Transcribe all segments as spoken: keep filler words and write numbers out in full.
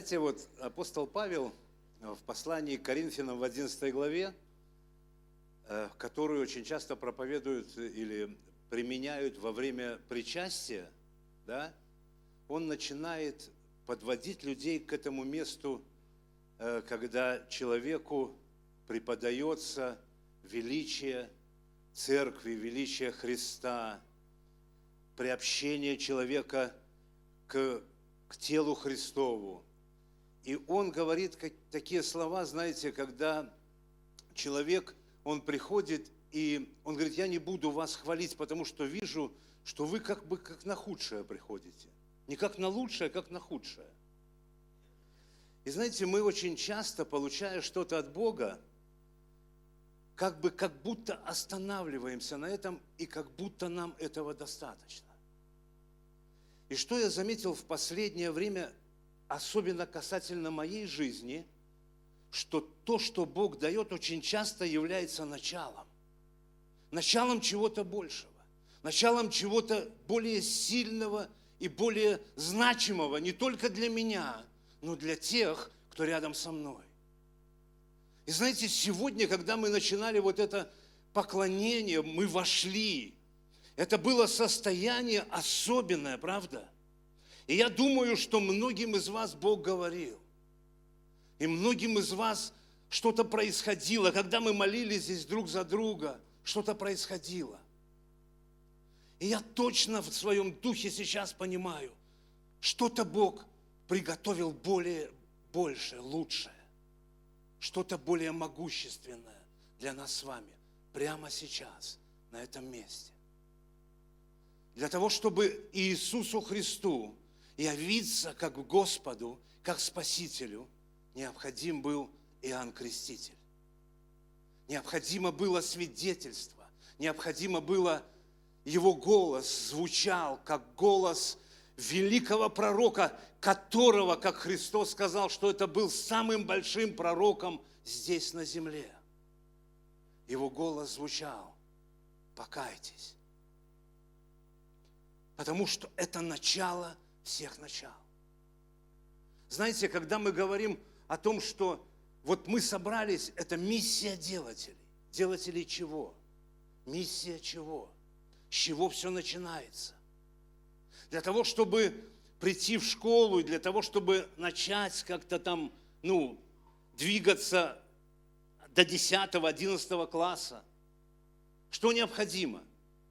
Знаете, вот апостол Павел в послании к Коринфянам в одиннадцатой главе, которую очень часто проповедуют или применяют во время причастия, да, он начинает подводить людей к этому месту, когда человеку преподается величие Церкви, величие Христа, приобщение человека к, к телу Христову. И он говорит как, такие слова, знаете, когда человек, он приходит, и он говорит: я не буду вас хвалить, потому что вижу, что вы как бы как на худшее приходите. Не как на лучшее, а как на худшее. И знаете, мы очень часто, получая что-то от Бога, как бы как будто останавливаемся на этом, и как будто нам этого достаточно. И что я заметил в последнее время, особенно касательно моей жизни, что то, что Бог дает, очень часто является началом. Началом чего-то большего. Началом чего-то более сильного и более значимого не только для меня, но для тех, кто рядом со мной. И знаете, сегодня, когда мы начинали вот это поклонение, мы вошли. Это было состояние особенное, правда? И я думаю, что многим из вас Бог говорил. И многим из вас что-то происходило. Когда мы молились здесь друг за друга, что-то происходило. И я точно в своем духе сейчас понимаю, что-то Бог приготовил более, большее, лучшее. Что-то более могущественное для нас с вами прямо сейчас, на этом месте. Для того, чтобы Иисусу Христу явиться как Господу, как Спасителю, необходим был Иоанн Креститель. Необходимо было свидетельство, необходимо было, его голос звучал, как голос великого пророка, которого, как Христос сказал, что это был самым большим пророком здесь на земле. Его голос звучал: покайтесь. Потому что это начало всех начал. Знаете, когда мы говорим о том, что вот мы собрались, это миссия делателей. Делателей чего? Миссия чего? С чего все начинается? Для того, чтобы прийти в школу, и для того, чтобы начать как-то там, ну, двигаться до десятого, одиннадцатого класса, что необходимо?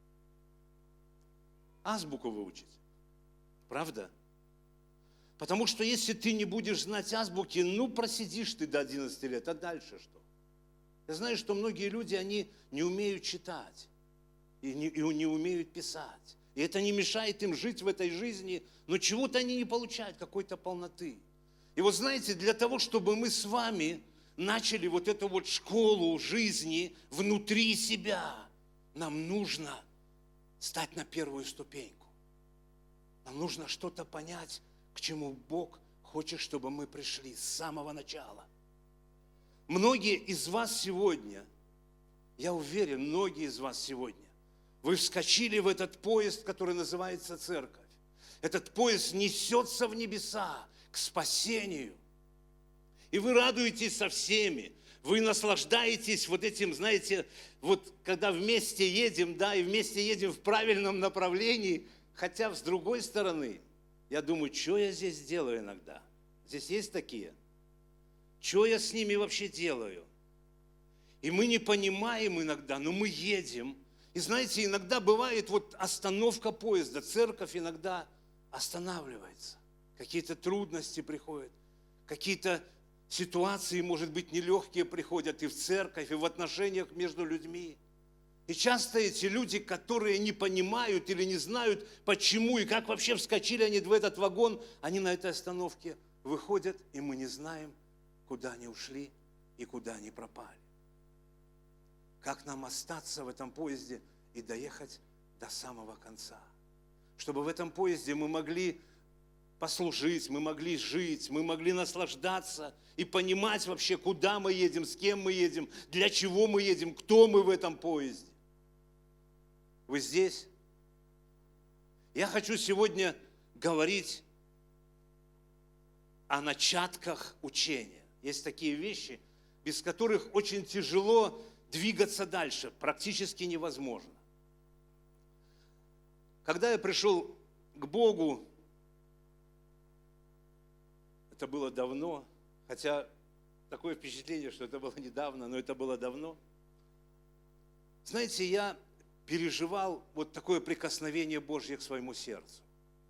Азбуку выучить. Правда? Потому что если ты не будешь знать азбуки, ну, просидишь ты до одиннадцати лет, а дальше что? Я знаю, что многие люди, они не умеют читать и не, и не умеют писать. И это не мешает им жить в этой жизни, но чего-то они не получают, какой-то полноты. И вот знаете, для того, чтобы мы с вами начали вот эту вот школу жизни внутри себя, нам нужно стать на первую ступеньку. Нам нужно что-то понять, к чему Бог хочет, чтобы мы пришли с самого начала. Многие из вас сегодня, я уверен, многие из вас сегодня, вы вскочили в этот поезд, который называется церковь. Этот поезд несется в небеса, к спасению. И вы радуетесь со всеми. Вы наслаждаетесь вот этим, знаете, вот когда вместе едем, да, и вместе едем в правильном направлении, хотя с другой стороны, я думаю, что я здесь делаю иногда? Здесь есть такие? Что я с ними вообще делаю? И мы не понимаем иногда, но мы едем. И знаете, иногда бывает вот остановка поезда, церковь иногда останавливается. Какие-то трудности приходят, какие-то ситуации, может быть, нелегкие приходят и в церковь, и в отношениях между людьми. И часто эти люди, которые не понимают или не знают, почему и как вообще вскочили они в этот вагон, они на этой остановке выходят, и мы не знаем, куда они ушли и куда они пропали. Как нам остаться в этом поезде и доехать до самого конца? Чтобы в этом поезде мы могли послужить, мы могли жить, мы могли наслаждаться и понимать вообще, куда мы едем, с кем мы едем, для чего мы едем, кто мы в этом поезде. Вы здесь? Я хочу сегодня говорить о начатках учения. Есть такие вещи, без которых очень тяжело двигаться дальше, практически невозможно. Когда я пришел к Богу, это было давно, хотя такое впечатление, что это было недавно, но это было давно. Знаете, я переживал вот такое прикосновение Божье к своему сердцу.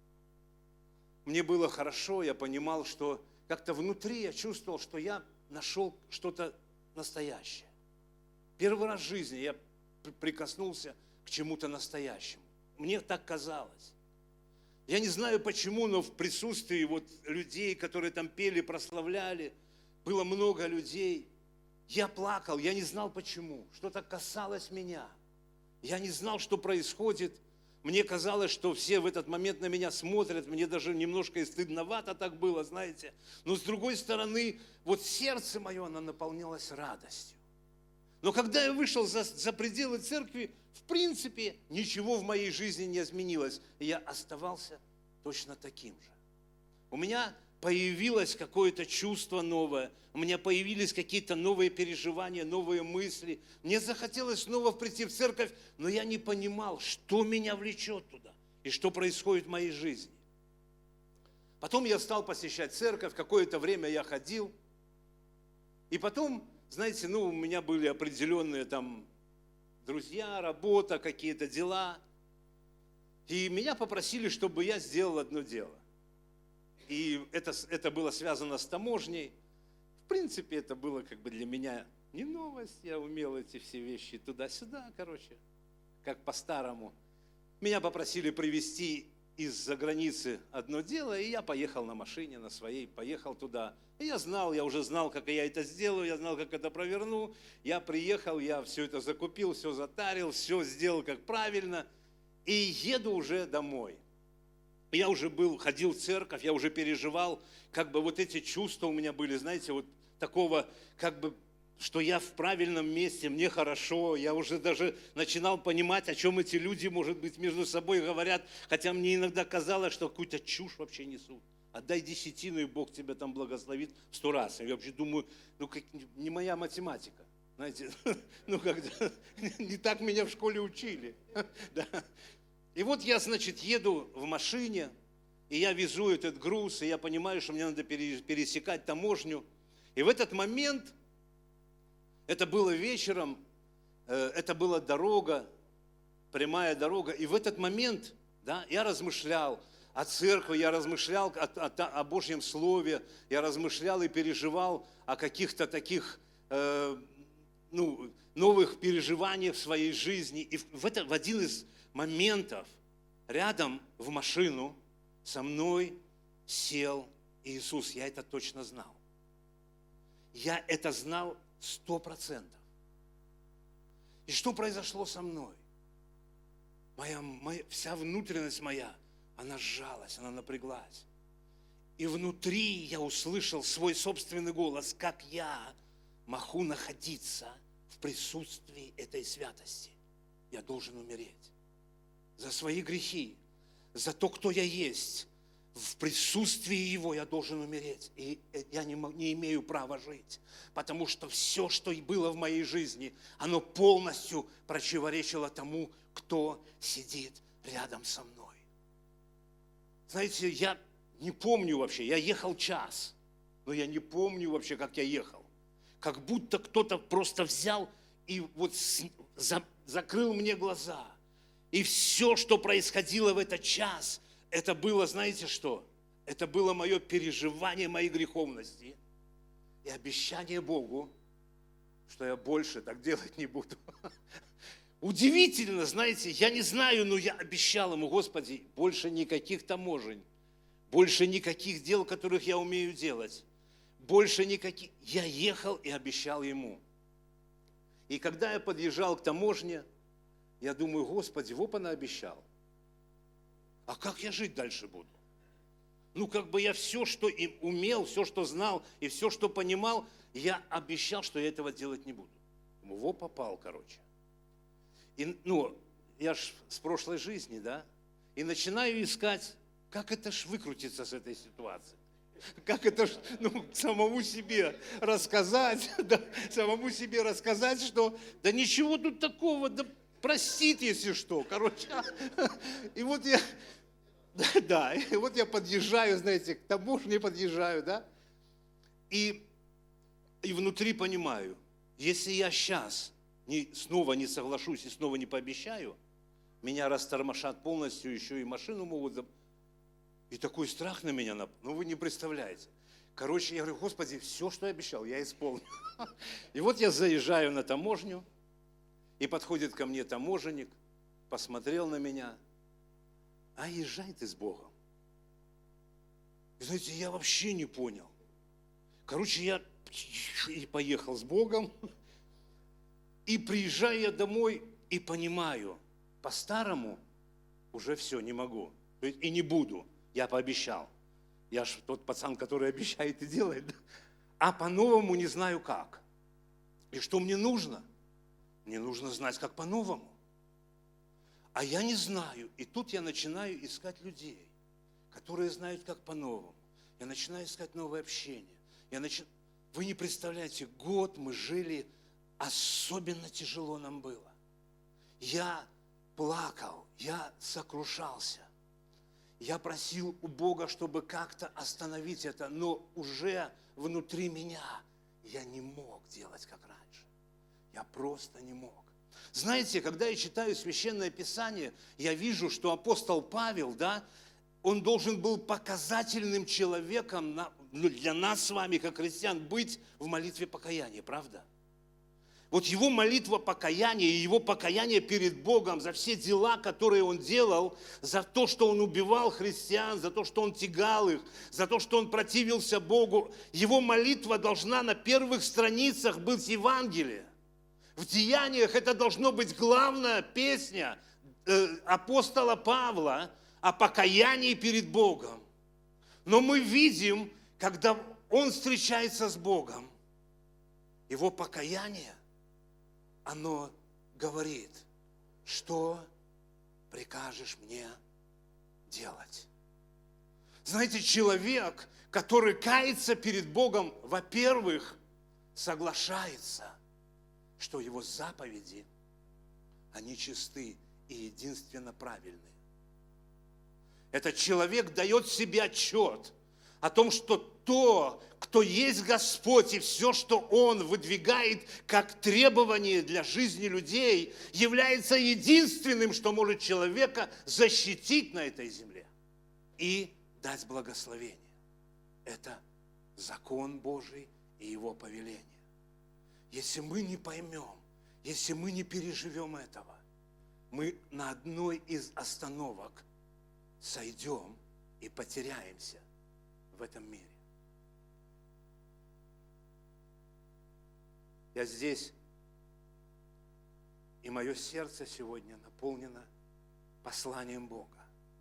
Мне было хорошо, я понимал, что как-то внутри я чувствовал, что я нашел что-то настоящее. Первый раз в жизни я прикоснулся к чему-то настоящему. Мне так казалось. Я не знаю почему, но в присутствии вот людей, которые там пели, прославляли, было много людей. Я плакал, я не знал почему. Что-то касалось меня. Я не знал, что происходит. Мне казалось, что все в этот момент на меня смотрят. Мне даже немножко и стыдновато так было, знаете. Но с другой стороны, вот сердце мое, оно наполнялось радостью. Но когда я вышел за, за пределы церкви, в принципе, ничего в моей жизни не изменилось. И я оставался точно таким же. У меня появилось какое-то чувство новое, у меня появились какие-то новые переживания, новые мысли. Мне захотелось снова прийти в церковь, но я не понимал, что меня влечет туда и что происходит в моей жизни. Потом я стал посещать церковь, какое-то время я ходил. И потом, знаете, ну, у меня были определенные там друзья, работа, какие-то дела. И меня попросили, чтобы я сделал одно дело. И это, это было связано с таможней. В принципе, это было как бы для меня не новость. Я умел эти все вещи туда-сюда, короче, как по-старому. Меня попросили привезти из-за границы одно дело, и я поехал на машине, на своей, поехал туда. И я знал, я уже знал, как я это сделаю, я знал, как это проверну. Я приехал, я все это закупил, все затарил, все сделал как правильно. И еду уже домой. Я уже был, ходил в церковь, я уже переживал, как бы вот эти чувства у меня были, знаете, вот такого, как бы, что я в правильном месте, мне хорошо, я уже даже начинал понимать, о чем эти люди, может быть, между собой говорят, хотя мне иногда казалось, что какую-то чушь вообще несут. Отдай десятину, и Бог тебя там благословит в сто раз. Я вообще думаю, ну, как, не моя математика, знаете, ну, когда, не так меня в школе учили, да. И вот я, значит, еду в машине, и я везу этот груз, и я понимаю, что мне надо пересекать таможню. И в этот момент, это было вечером, это была дорога, прямая дорога, и в этот момент, да, я размышлял о церкви, я размышлял о, о, о Божьем Слове, я размышлял и переживал о каких-то таких, э, ну, новых переживаниях в своей жизни. И в, это, в один из моментов рядом в машину со мной сел Иисус. Я это точно знал. Я это знал сто процентов. И что произошло со мной? Моя, моя, вся внутренность моя, она сжалась, она напряглась. И внутри я услышал свой собственный голос, как я могу находиться в присутствии этой святости. Я должен умереть. За свои грехи, за то, кто я есть. В присутствии Его я должен умереть. И я не, не имею права жить. Потому что все, что и было в моей жизни, оно полностью противоречило тому, кто сидит рядом со мной. Знаете, я не помню вообще, я ехал час, но я не помню вообще, как я ехал. Как будто кто-то просто взял и вот за, закрыл мне глаза. И все, что происходило в этот час, это было, знаете что? Это было мое переживание моей греховности и обещание Богу, что я больше так делать не буду. Удивительно, знаете, я не знаю, но я обещал Ему: Господи, больше никаких таможень, больше никаких дел, которых я умею делать, больше никаких. Я ехал и обещал Ему. И когда я подъезжал к таможне, я думаю: Господи, вот она обещал. А как я жить дальше буду? Ну, как бы я все, что и умел, все, что знал, и все, что понимал, я обещал, что я этого делать не буду. Во попал, короче. И, ну, я ж с прошлой жизни, да, и начинаю искать, как это ж выкрутиться с этой ситуации. Как это, ж, ну, самому себе рассказать, да, самому себе рассказать, что да ничего тут такого, да простит, если что, короче. И вот я, да, да, и вот я подъезжаю, знаете, к таможне подъезжаю, да, и, и внутри понимаю, если я сейчас не, снова не соглашусь и снова не пообещаю, меня растормошат полностью, еще и машину могут. И такой страх на меня, нап- ну вы не представляете. Короче, я говорю, Господи, все, что я обещал, я исполню. И вот я заезжаю на таможню, и подходит ко мне таможенник, посмотрел на меня, а езжай ты с Богом. И знаете, я вообще не понял. Короче, я и поехал с Богом, и приезжаю я домой, и понимаю, по-старому уже все, не могу, и не буду. Я пообещал. Я ж тот пацан, который обещает и делает. А по-новому не знаю как. И что мне нужно? Мне нужно знать, как по-новому. А я не знаю. И тут я начинаю искать людей, которые знают, как по-новому. Я начинаю искать новое общение. Я нач... Вы не представляете, год мы жили, особенно тяжело нам было. Я плакал, я сокрушался. Я просил у Бога, чтобы как-то остановить это, но уже внутри меня я не мог делать, как раньше. Я просто не мог. Знаете, когда я читаю Священное Писание, я вижу, что апостол Павел, да, он должен был показательным человеком для нас с вами, как христиан, быть в молитве покаяния, правда? Вот его молитва покаяния и его покаяние перед Богом за все дела, которые он делал, за то, что он убивал христиан, за то, что он тягал их, за то, что он противился Богу, его молитва должна на первых страницах быть Евангелия. В Деяниях это должно быть главная песня апостола Павла о покаянии перед Богом. Но мы видим, когда он встречается с Богом, его покаяние, оно говорит, что прикажешь мне делать. Знаете, человек, который кается перед Богом, во-первых, соглашается, что его заповеди, они чисты и единственно правильные. Этот человек дает себе отчет о том, что то, кто есть Господь, и все, что Он выдвигает как требование для жизни людей, является единственным, что может человека защитить на этой земле и дать благословение. Это закон Божий и Его повеление. Если мы не поймем, если мы не переживем этого, мы на одной из остановок сойдем и потеряемся в этом мире. Я здесь, и мое сердце сегодня наполнено посланием Бога.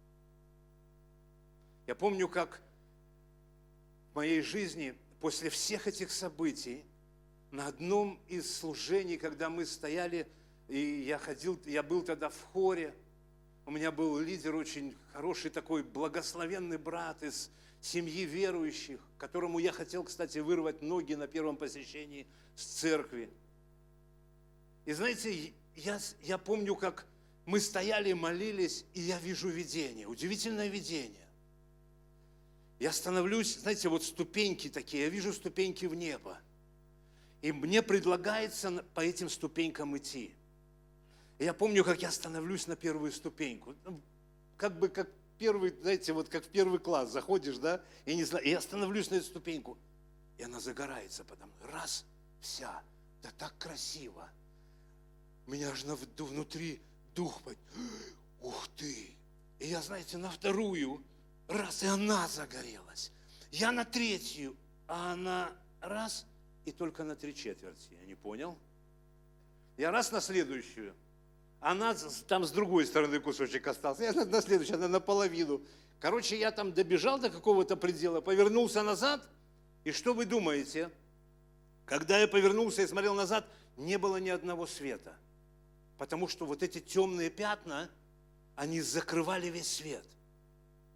Я помню, как в моей жизни после всех этих событий на одном из служений, когда мы стояли, и я ходил, я был тогда в хоре, у меня был лидер очень хороший такой, благословенный брат из семьи верующих, которому я хотел, кстати, вырвать ноги на первом посещении с церкви. И знаете, я, я помню, как мы стояли, молились, и я вижу видение, удивительное видение. Я становлюсь, знаете, вот ступеньки такие, я вижу ступеньки в небо. И мне предлагается по этим ступенькам идти. И я помню, как я становлюсь на первую ступеньку. Как бы как первый, знаете, вот как в первый класс заходишь, да, и не знаю, и я становлюсь на эту ступеньку, и она загорается подо мной. Раз, вся, да так красиво. У меня аж внутри дух, ух ты. И я, знаете, на вторую, раз, и она загорелась. Я на третью, а она раз, и только на три четверти. Я не понял. Я раз на следующую. Она там с другой стороны кусочек остался. Я на следующую, она наполовину. Короче, я там добежал до какого-то предела, повернулся назад. И что вы думаете? Когда я повернулся и смотрел назад, не было ни одного света. Потому что вот эти темные пятна, они закрывали весь свет.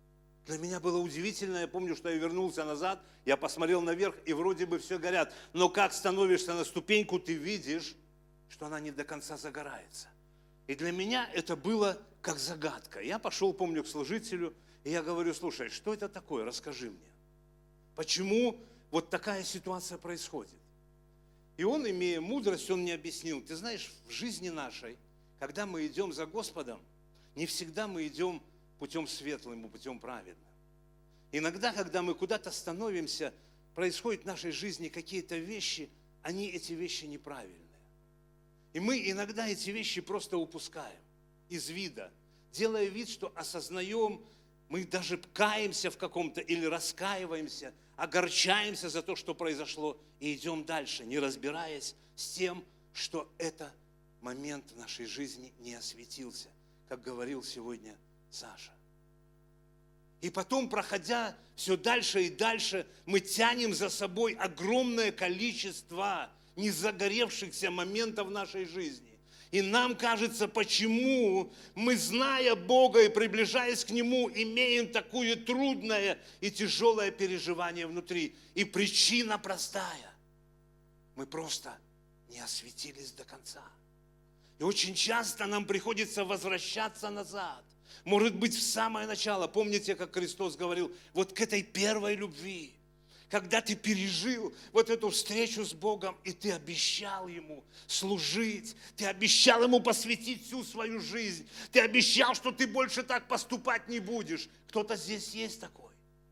Для меня было удивительно, я помню, что я вернулся назад, я посмотрел наверх, и вроде бы все горят. Но как становишься на ступеньку, ты видишь, что она не до конца загорается. И для меня это было как загадка. Я пошел, помню, к служителю, и я говорю: слушай, что это такое, расскажи мне. Почему вот такая ситуация происходит? И он, имея мудрость, он мне объяснил: ты знаешь, в жизни нашей, когда мы идем за Господом, не всегда мы идем путем светлым, путем праведным. Иногда, когда мы куда-то становимся, происходят в нашей жизни какие-то вещи, они, эти вещи неправильные. И мы иногда эти вещи просто упускаем из вида, делая вид, что осознаем, мы даже каемся в каком-то или раскаиваемся, огорчаемся за то, что произошло, и идем дальше, не разбираясь с тем, что этот момент в нашей жизни не осветился, как говорил сегодня Саша. И потом, проходя все дальше и дальше, мы тянем за собой огромное количество незагоревшихся моментов в нашей жизни. И нам кажется, почему мы, зная Бога и приближаясь к Нему, имеем такое трудное и тяжелое переживание внутри. И причина простая. Мы просто не осветились до конца. И очень часто нам приходится возвращаться назад. Может быть, в самое начало. Помните, как Христос говорил, вот к этой первой любви, когда ты пережил вот эту встречу с Богом, и ты обещал Ему служить, ты обещал Ему посвятить всю свою жизнь, ты обещал, что ты больше так поступать не будешь. Кто-то здесь есть такой.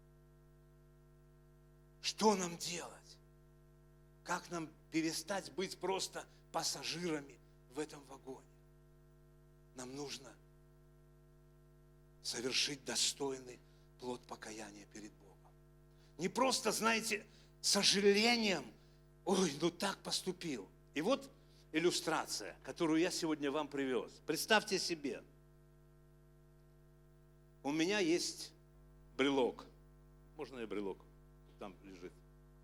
Что нам делать? Как нам перестать быть просто пассажирами в этом вагоне? Нам нужно совершить достойный плод покаяния перед Богом. Не просто, знаете, сожалением, ой, ну так поступил. И вот иллюстрация, которую я сегодня вам привез. Представьте себе, у меня есть брелок. Можно я брелок? Там лежит.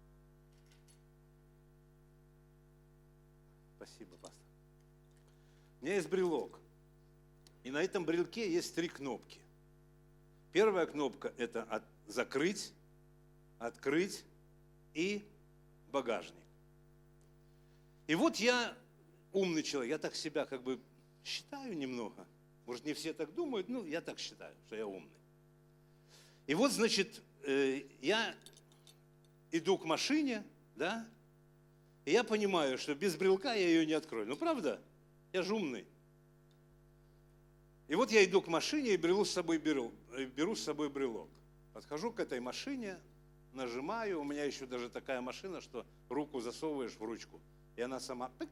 Спасибо, пастор. У меня есть брелок. И на этом брелке есть три кнопки. Первая кнопка – это от, закрыть, открыть и багажник. И вот я умный человек, я так себя как бы считаю немного. Может, не все так думают, но я так считаю, что я умный. И вот, значит, я иду к машине, да, и я понимаю, что без брелка я ее не открою. Ну, правда? Я же умный. И вот я иду к машине и беру с собой, беру, беру с собой брелок. Подхожу к этой машине, нажимаю, у меня еще даже такая машина, что руку засовываешь в ручку, и она сама пык,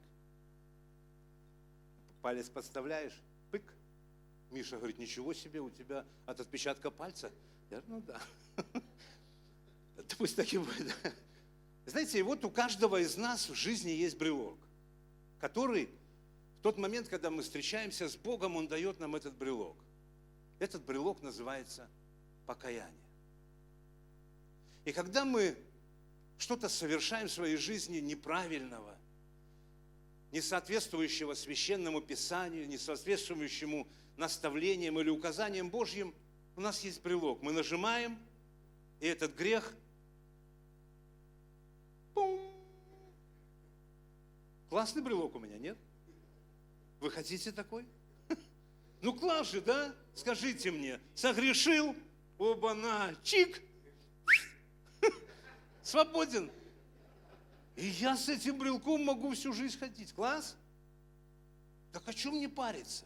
палец подставляешь, пык. Миша говорит: ничего себе, у тебя от отпечатка пальца. Я говорю: ну да. Пусть так и будет. Знаете, и вот у каждого из нас в жизни есть брелок, который в тот момент, когда мы встречаемся с Богом, Он дает нам этот брелок. Этот брелок называется покаяние. И когда мы что-то совершаем в своей жизни неправильного, не соответствующего священному Писанию, не соответствующему наставлениям или указаниям Божьим, у нас есть брелок. Мы нажимаем, и этот грех пум. Классный брелок у меня, нет? Вы хотите такой? Ну класс же, да? Скажите мне, согрешил, оба-на, чик, свободен. И я с этим брелком могу всю жизнь ходить. Класс? Так о чем мне париться?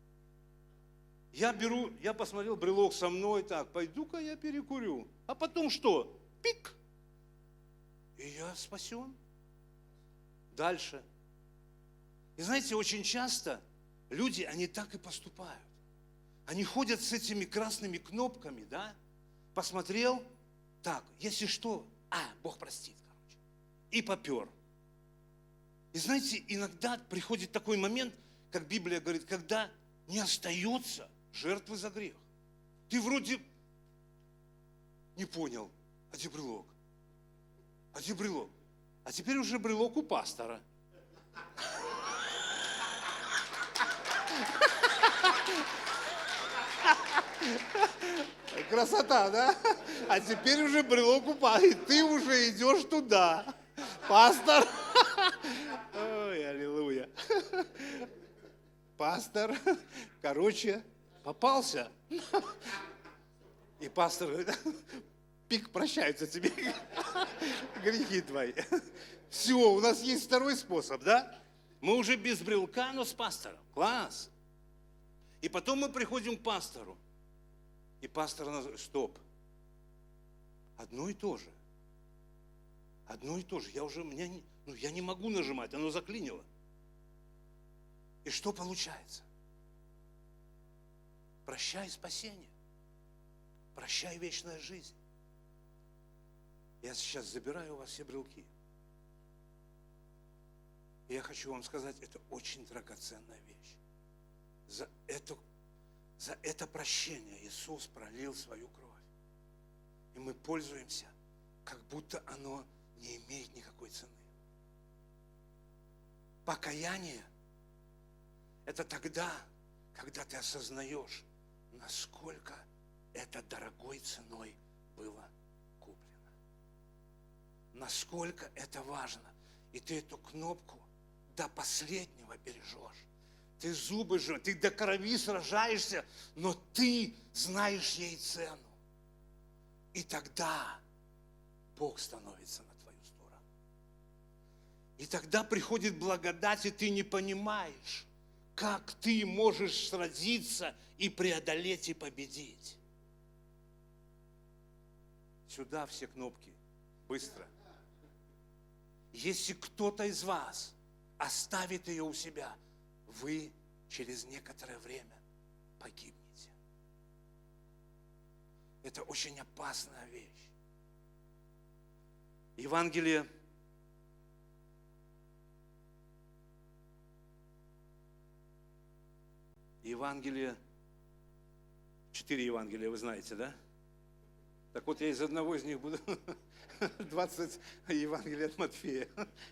Я беру, я посмотрел, брелок со мной, так, пойду-ка я перекурю. А потом что? Пик. И я спасен. Дальше. И знаете, очень часто люди, они так и поступают. Они ходят с этими красными кнопками, да? Посмотрел, так, если что, а, Бог простит, короче. И попер. И знаете, иногда приходит такой момент, как Библия говорит, когда не остается жертвы за грех. Ты вроде не понял, а где брелок? А где брелок? А теперь уже брелок у пастора. Красота, да? А теперь уже брелок упал, и ты уже идешь туда. Пастор. Ой, аллилуйя. Пастор, короче, попался. И пастор говорит: пик, прощаются тебе грехи твои. Все, у нас есть второй способ, да? Мы уже без брелка, но с пастором. Класс. И потом мы приходим к пастору. И пастор нас... Стоп. Одно и то же. Одно и то же. Я уже... Меня не... Ну, я не могу нажимать, оно заклинило. И что получается? Прощай спасение. Прощай вечная жизнь. Я сейчас забираю у вас все брелки. И я хочу вам сказать, это очень драгоценная вещь. За это, за это прощение Иисус пролил свою кровь. И мы пользуемся, как будто оно не имеет никакой цены. Покаяние – это тогда, когда ты осознаешь, насколько это дорогой ценой было куплено. Насколько это важно. И ты эту кнопку до последнего бережешь. Ты зубы же, ты до крови сражаешься, но ты знаешь ей цену. И тогда Бог становится на твою сторону. И тогда приходит благодать, и ты не понимаешь, как ты можешь сразиться и преодолеть, и победить. Сюда все кнопки. Быстро. Если кто-то из вас оставит ее у себя, вы через некоторое время погибнете. Это очень опасная вещь. Евангелие Евангелие, четыре Евангелия, вы знаете, да? Так вот, я из одного из них буду, двадцать Евангелия от Матфея.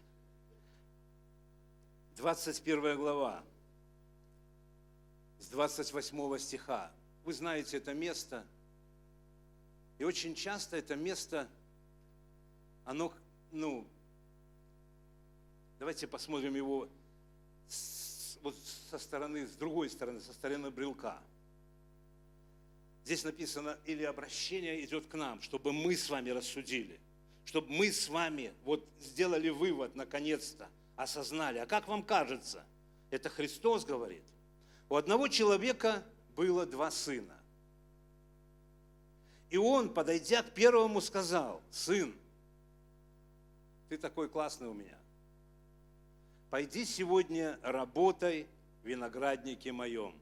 двадцать первая глава, с двадцать восьмого стиха. Вы знаете это место. И очень часто это место, оно, ну, давайте посмотрим его с, вот со стороны, с другой стороны, со стороны брелка. Здесь написано, или обращение идет к нам, чтобы мы с вами рассудили, чтобы мы с вами вот сделали вывод, наконец-то, осознали. А как вам кажется? Это Христос говорит. У одного человека было два сына. И он, подойдя к первому, сказал: сын, ты такой классный у меня. Пойди сегодня работай в винограднике моем.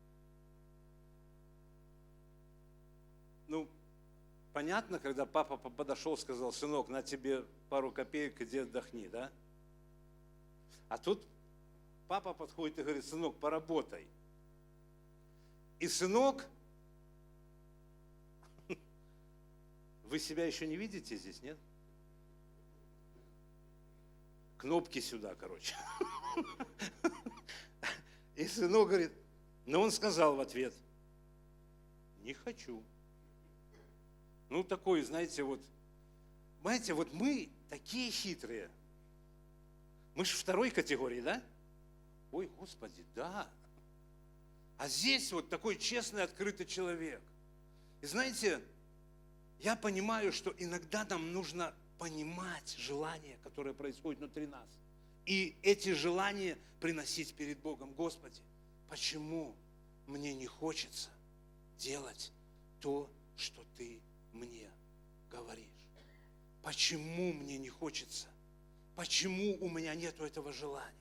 Ну, понятно, когда папа подошел, сказал: сынок, на тебе пару копеек, иди отдохни, да? А тут папа подходит и говорит: сынок, поработай. И сынок, вы себя еще не видите здесь, нет? Кнопки сюда, короче. И сынок говорит, но он сказал в ответ: не хочу. Ну, такой, знаете, вот, знаете, вот мы такие хитрые. Мы же второй категории, да? Ой, Господи, да. А здесь вот такой честный, открытый человек. И знаете, я понимаю, что иногда нам нужно понимать желания, которые происходят внутри нас. И эти желания приносить перед Богом. Господи, почему мне не хочется делать то, что Ты мне говоришь? Почему мне не хочется? Почему у меня нету этого желания?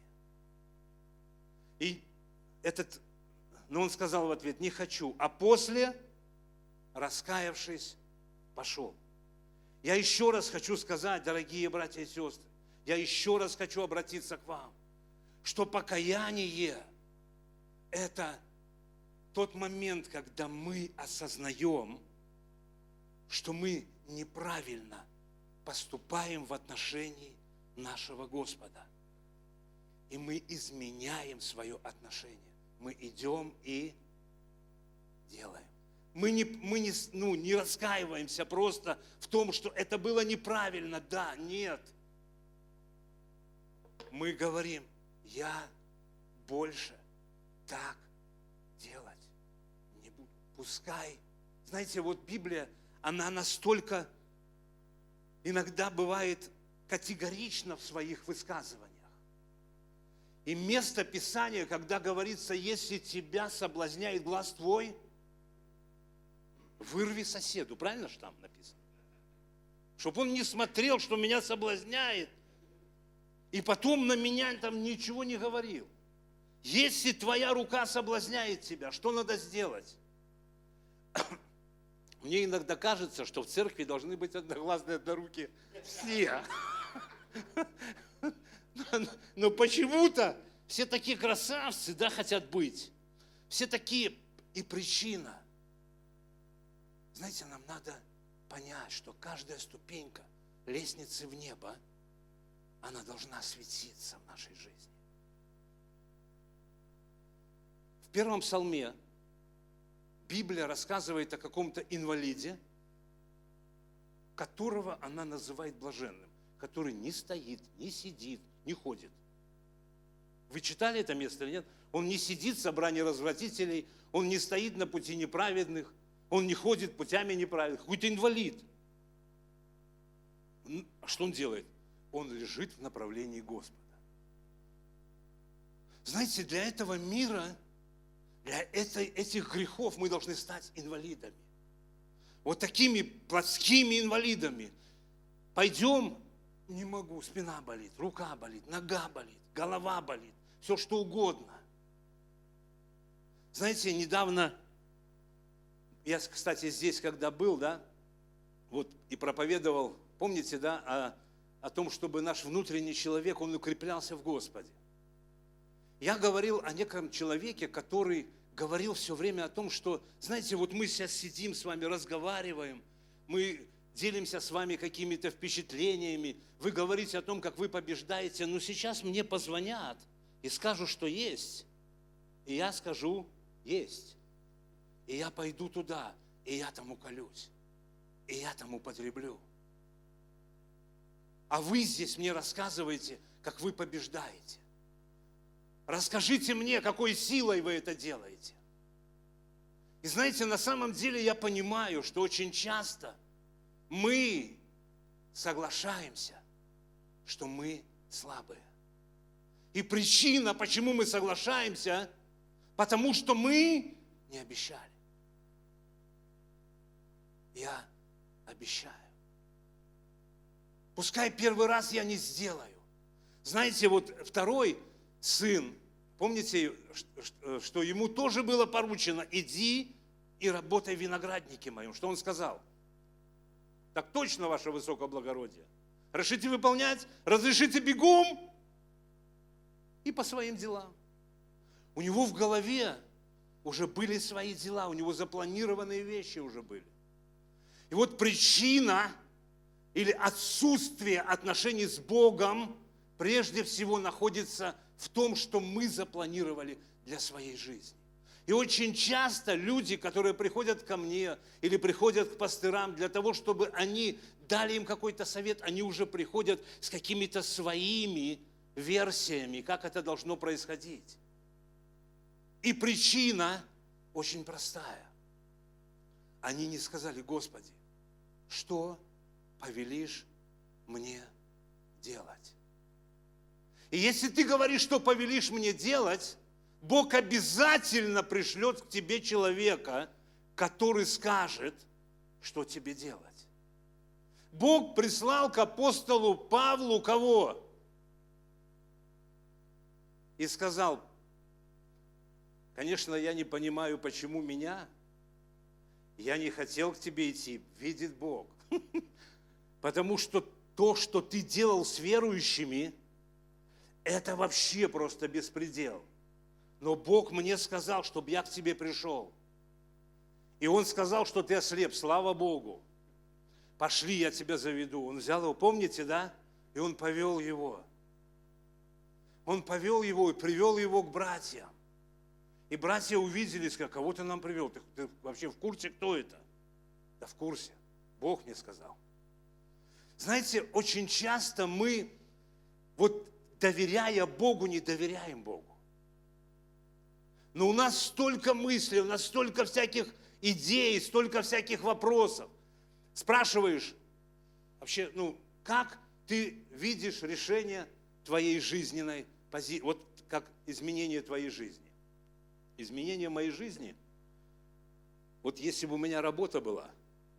И этот, но он сказал в ответ: не хочу. А после, раскаявшись, пошел. Я еще раз хочу сказать, дорогие братья и сестры, я еще раз хочу обратиться к вам, что покаяние – это тот момент, когда мы осознаем, что мы неправильно поступаем в отношении нашего Господа. И мы изменяем свое отношение. Мы идем и делаем. Мы, не, мы не, ну, не раскаиваемся просто в том, что это было неправильно. Да, нет. Мы говорим, я больше так делать не буду. Пускай. Знаете, вот Библия, она настолько иногда бывает категорична в своих высказываниях. И место Писания, когда говорится, если тебя соблазняет глаз твой, вырви соседу. Правильно же там написано? Чтобы он не смотрел, что меня соблазняет, и потом на меня там ничего не говорил. Если твоя рука соблазняет тебя, что надо сделать? Мне иногда кажется, что в церкви должны быть одноглазные, однорукие все. Но почему-то все такие красавцы, да, хотят быть. Все такие, и причина. Знаете, нам надо понять, что каждая ступенька лестницы в небо, она должна светиться в нашей жизни. В первом псалме Библия рассказывает о каком-то инвалиде, которого она называет блаженным, который не стоит, не сидит, не ходит. Вы читали это место или нет? Он не сидит в собрании развратителей, он не стоит на пути неправедных, он не ходит путями неправедных, какой-то инвалид. Что он делает? Он лежит в направлении Господа. Знаете, для этого мира, для этой, этих грехов мы должны стать инвалидами. Вот такими плотскими инвалидами. Пойдем, не могу, спина болит, рука болит, нога болит, голова болит, все что угодно. Знаете, недавно, я, кстати, здесь, когда был, да, вот и проповедовал, помните, да, о, о том, чтобы наш внутренний человек, он укреплялся в Господе. Я говорил о неком человеке, который говорил все время о том, что, знаете, вот мы сейчас сидим с вами, разговариваем, мы делимся с вами какими-то впечатлениями, вы говорите о том, как вы побеждаете, но сейчас мне позвонят и скажут, что есть, и я скажу, есть, и я пойду туда, и я там уколюсь, и я там употреблю. А вы здесь мне рассказываете, как вы побеждаете. Расскажите мне, какой силой вы это делаете. И знаете, на самом деле я понимаю, что очень часто мы соглашаемся, что мы слабые. И причина, почему мы соглашаемся, потому что мы не обещали. Я обещаю. Пускай первый раз я не сделаю. Знаете, вот второй сын, помните, что ему тоже было поручено, иди и работай в винограднике моем. Что он сказал? Так точно, ваше высокоблагородие. Решите выполнять, разрешите бегом и по своим делам. У него в голове уже были свои дела, у него запланированные вещи уже были. И вот причина или отсутствие отношений с Богом прежде всего находится в том, что мы запланировали для своей жизни. И очень часто люди, которые приходят ко мне или приходят к пастырам для того, чтобы они дали им какой-то совет, они уже приходят с какими-то своими версиями, как это должно происходить. И причина очень простая. Они не сказали: Господи, что повелишь мне делать? И если ты говоришь, что повелишь мне делать, Бог обязательно пришлет к тебе человека, который скажет, что тебе делать. Бог прислал к апостолу Павлу кого? И сказал: конечно, я не понимаю, почему меня. Я не хотел к тебе идти, видит Бог. Потому что то, что ты делал с верующими, это вообще просто беспредел. Но Бог мне сказал, чтобы я к тебе пришел. И Он сказал, что ты ослеп, слава Богу. Пошли, я тебя заведу. Он взял его, помните, да? И он повел его. Он повел его и привел его к братьям. И братья увидели, сказали, кого ты нам привел? Ты, ты вообще в курсе, кто это? Да в курсе. Бог мне сказал. Знаете, очень часто мы, вот доверяя Богу, не доверяем Богу. Но у нас столько мыслей, у нас столько всяких идей, столько всяких вопросов. Спрашиваешь, вообще, ну, как ты видишь решение твоей жизненной позиции, вот как изменение твоей жизни? Изменение моей жизни, вот если бы у меня работа была,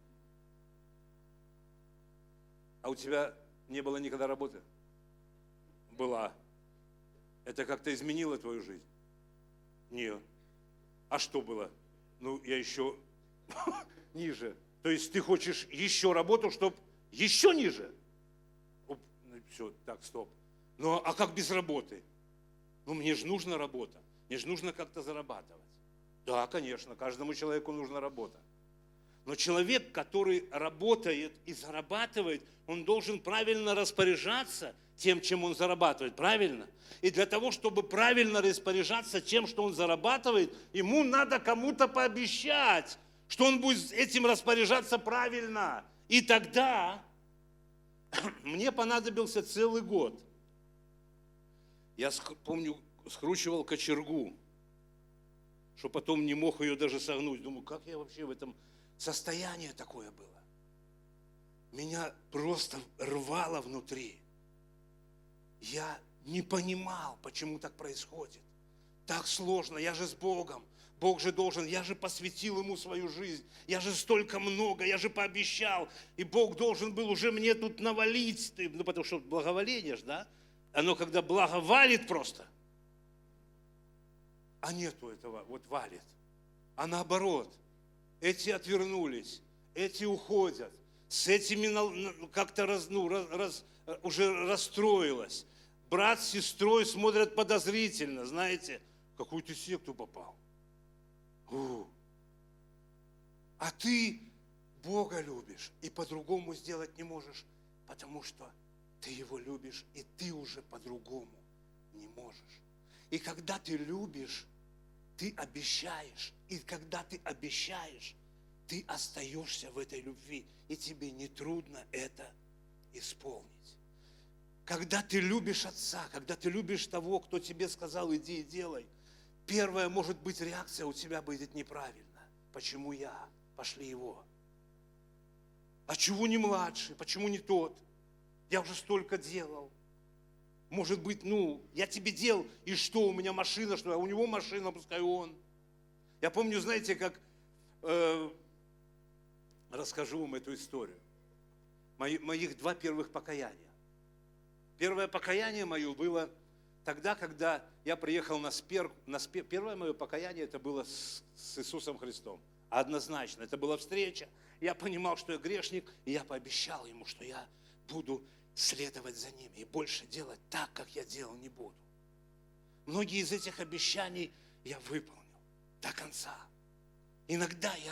а у тебя не было никогда работы? Была. Это как-то изменило твою жизнь? Нет. А что было? Ну, я еще ниже. То есть ты хочешь еще работу, чтобы еще ниже? Оп, ну, все, так, стоп. Ну, а как без работы? Ну, мне же нужна работа. Мне же нужно как-то зарабатывать. Да, конечно, каждому человеку нужна работа. Но человек, который работает и зарабатывает, он должен правильно распоряжаться тем, чем он зарабатывает, правильно? И для того, чтобы правильно распоряжаться тем, что он зарабатывает, ему надо кому-то пообещать, что он будет этим распоряжаться правильно. И тогда мне понадобился целый год. Я помню, скручивал кочергу, что потом не мог ее даже согнуть. Думаю, как я вообще в этом состоянии такое было? Меня просто рвало внутри. Я не понимал, почему так происходит. Так сложно, я же с Богом. Бог же должен, я же посвятил Ему свою жизнь. Я же столько много, я же пообещал. И Бог должен был уже мне тут навалить. Ну, потому что благоволение же, да? Оно когда благо валит просто. А нету этого, вот валит. А наоборот, эти отвернулись, эти уходят. С этими как-то раз, ну, раз, раз, уже расстроилась. Брат с сестрой смотрят подозрительно, знаете, в какую ты секту попал. У. А ты Бога любишь и по-другому сделать не можешь, потому что ты Его любишь, и ты уже по-другому не можешь. И когда ты любишь, ты обещаешь. И когда ты обещаешь, ты остаешься в этой любви, и тебе не трудно это исполнить. Когда ты любишь Отца, когда ты любишь того, кто тебе сказал, иди и делай, первая, может быть, реакция у тебя будет неправильно. Почему я? Пошли его. А чего не младший? Почему не тот? Я уже столько делал. Может быть, ну, я тебе делал, и что, у меня машина, что, а у него машина, пускай он. Я помню, знаете, как, э, расскажу вам эту историю. Мои, моих два первых покаяния. Первое покаяние мое было тогда, когда я приехал на спер, на спер, первое мое покаяние, это было с, с Иисусом Христом. Однозначно, это была встреча. Я понимал, что я грешник, и я пообещал Ему, что я буду следовать за Ним и больше делать так, как я делал, не буду. Многие из этих обещаний я выполнил до конца. Иногда я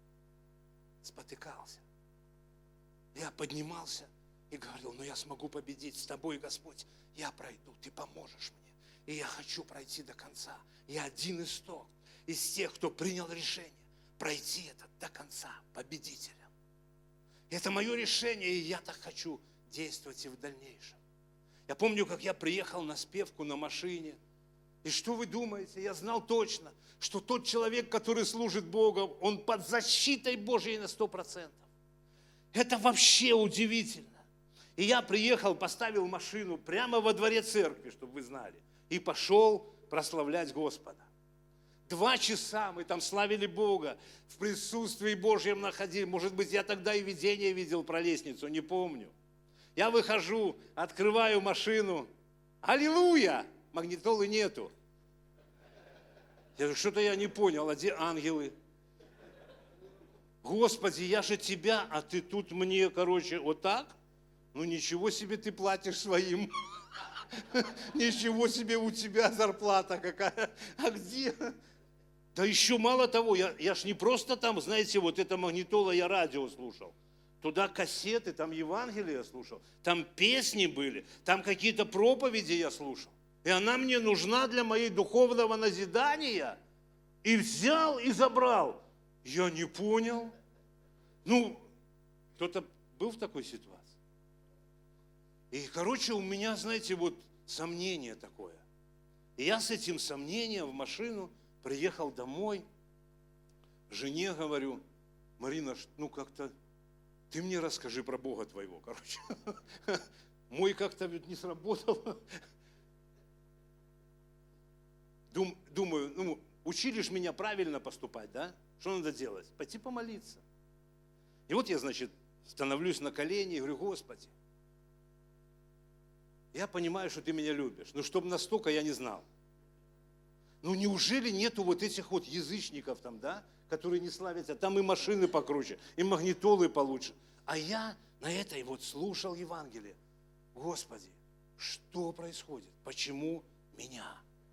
спотыкался. Я поднимался и говорил, ну я смогу победить с Тобой, Господь. Я пройду, Ты поможешь мне. И я хочу пройти до конца. Я один из сто, из тех, кто принял решение пройти это до конца победителем. Это мое решение, и я так хочу действовать и в дальнейшем. Я помню, как я приехал на спевку на машине. И что вы думаете? Я знал точно, что тот человек, который служит Богу, он под защитой Божьей на сто процентов. Это вообще удивительно. И я приехал, поставил машину прямо во дворе церкви, чтобы вы знали, и пошел прославлять Господа. Два часа мы там славили Бога, в присутствии Божьем находили. Может быть, я тогда и видение видел про лестницу, не помню. Я выхожу, открываю машину. Аллилуйя! Магнитолы нету. Я говорю, что-то я не понял, а где ангелы? Господи, я же Тебя, а Ты тут мне, короче, вот так? Ну ничего себе ты платишь своим. Ничего себе у тебя зарплата какая. А где? Да еще мало того, я, я ж не просто там, знаете, вот это магнитола, я радио слушал. Туда кассеты, там Евангелие я слушал, там песни были, там какие-то проповеди я слушал. И она мне нужна для моей духовного назидания. и взял и забрал. Я не понял. Ну, кто-то был в такой ситуации? И, короче, у меня, знаете, вот сомнение такое. И я с этим сомнением в машину приехал домой, жене говорю: Марина, ну как-то ты мне расскажи про Бога твоего, короче. Мой как-то ведь не сработал. Дум, думаю, ну, учили ж меня правильно поступать, да? Что надо делать? Пойти помолиться. И вот я, значит, становлюсь на колени и говорю: Господи, я понимаю, что ты меня любишь, но чтобы настолько я не знал. Ну неужели нету вот этих вот язычников там, да, которые не славятся, там и машины покруче, и магнитолы получше. А я на этой вот слушал Евангелие. Господи, что происходит? Почему меня?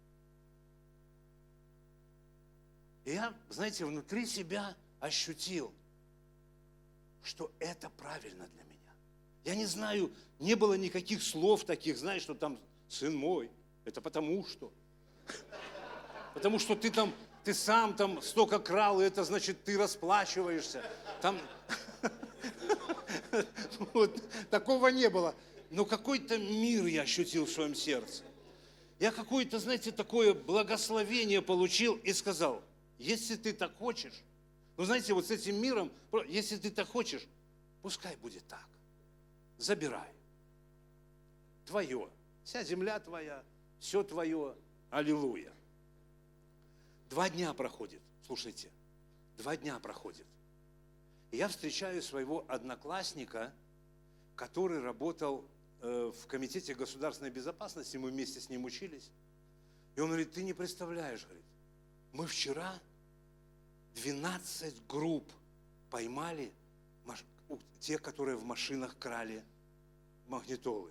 И я, знаете, внутри себя ощутил, что это правильно для меня. Я не знаю, не было никаких слов таких, знаешь, что там сын мой, это потому что. Потому что ты там, ты сам там столько крал, и это значит, ты расплачиваешься. Там вот, такого не было. Но какой-то мир я ощутил в своем сердце. Я какое-то, знаете, такое благословение получил и сказал: если ты так хочешь, ну знаете, вот с этим миром, если ты так хочешь, пускай будет так. Забирай. Твое. Вся земля твоя, все твое. Аллилуйя. Два дня проходит, слушайте, два дня проходит. И я встречаю своего одноклассника, который работал э, в Комитете государственной безопасности, мы вместе с ним учились. И он говорит: ты не представляешь, говорит, мы вчера двенадцать групп поймали, те, которые в машинах крали магнитолы.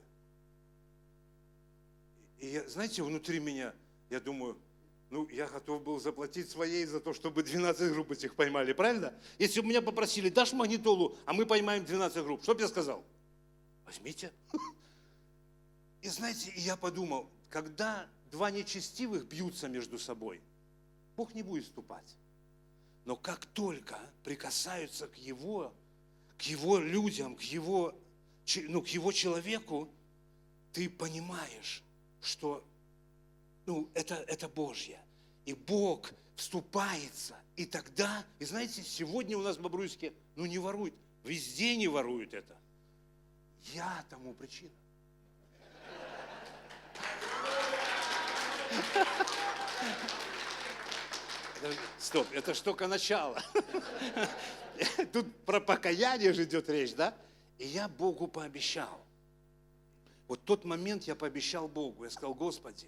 И я, знаете, внутри меня, я думаю, ну, я готов был заплатить своей за то, чтобы двенадцать групп этих поймали, правильно? Если бы меня попросили: дашь магнитолу, а мы поймаем двенадцать групп, что бы я сказал? Возьмите. И знаете, я подумал, когда два нечестивых бьются между собой, Бог не будет вступать. Но как только прикасаются к Его, к Его людям, к Его, ну, к Его человеку, ты понимаешь, что ну, это, это Божье. И Бог вступается. И тогда, и знаете, сегодня у нас в Бобруйске, ну не воруют, везде не воруют это. Я тому причина. Стоп, это ж только начало. Тут про покаяние же идет речь, да? И я Богу пообещал. Вот тот момент я пообещал Богу. Я сказал: Господи,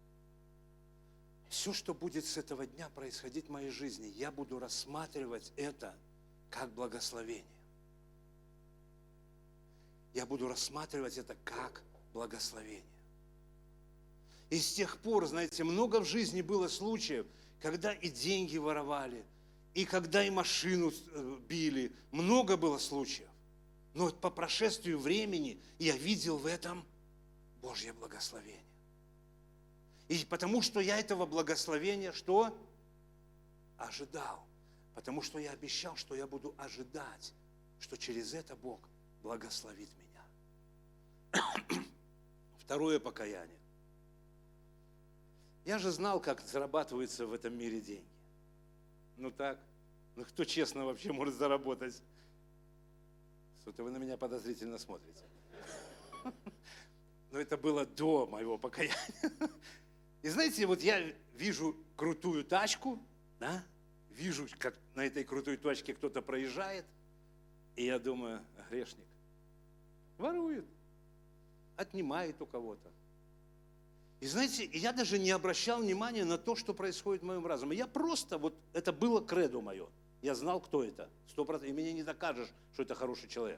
все, что будет с этого дня происходить в моей жизни, я буду рассматривать это как благословение. Я буду рассматривать это как благословение. И с тех пор, знаете, много в жизни было случаев, когда и деньги воровали, и когда и машину били. Много было случаев. Но по прошествию времени я видел в этом Божье благословение. И потому что я этого благословения что? Ожидал. Потому что я обещал, что я буду ожидать, что через это Бог благословит меня. Второе покаяние. Я же знал, как зарабатываются в этом мире деньги. Ну так, ну кто честно вообще может заработать? Что-то вы на меня подозрительно смотрите. Но это было до моего покаяния. И знаете, вот я вижу крутую тачку, да? Вижу, как на этой крутой тачке кто-то проезжает, и я думаю: грешник, ворует, отнимает у кого-то. И знаете, я даже не обращал внимания на то, что происходит в моем разуме. Я просто, вот это было кредо мое. Я знал, кто это. Сто процентов. И мне не докажешь, что это хороший человек.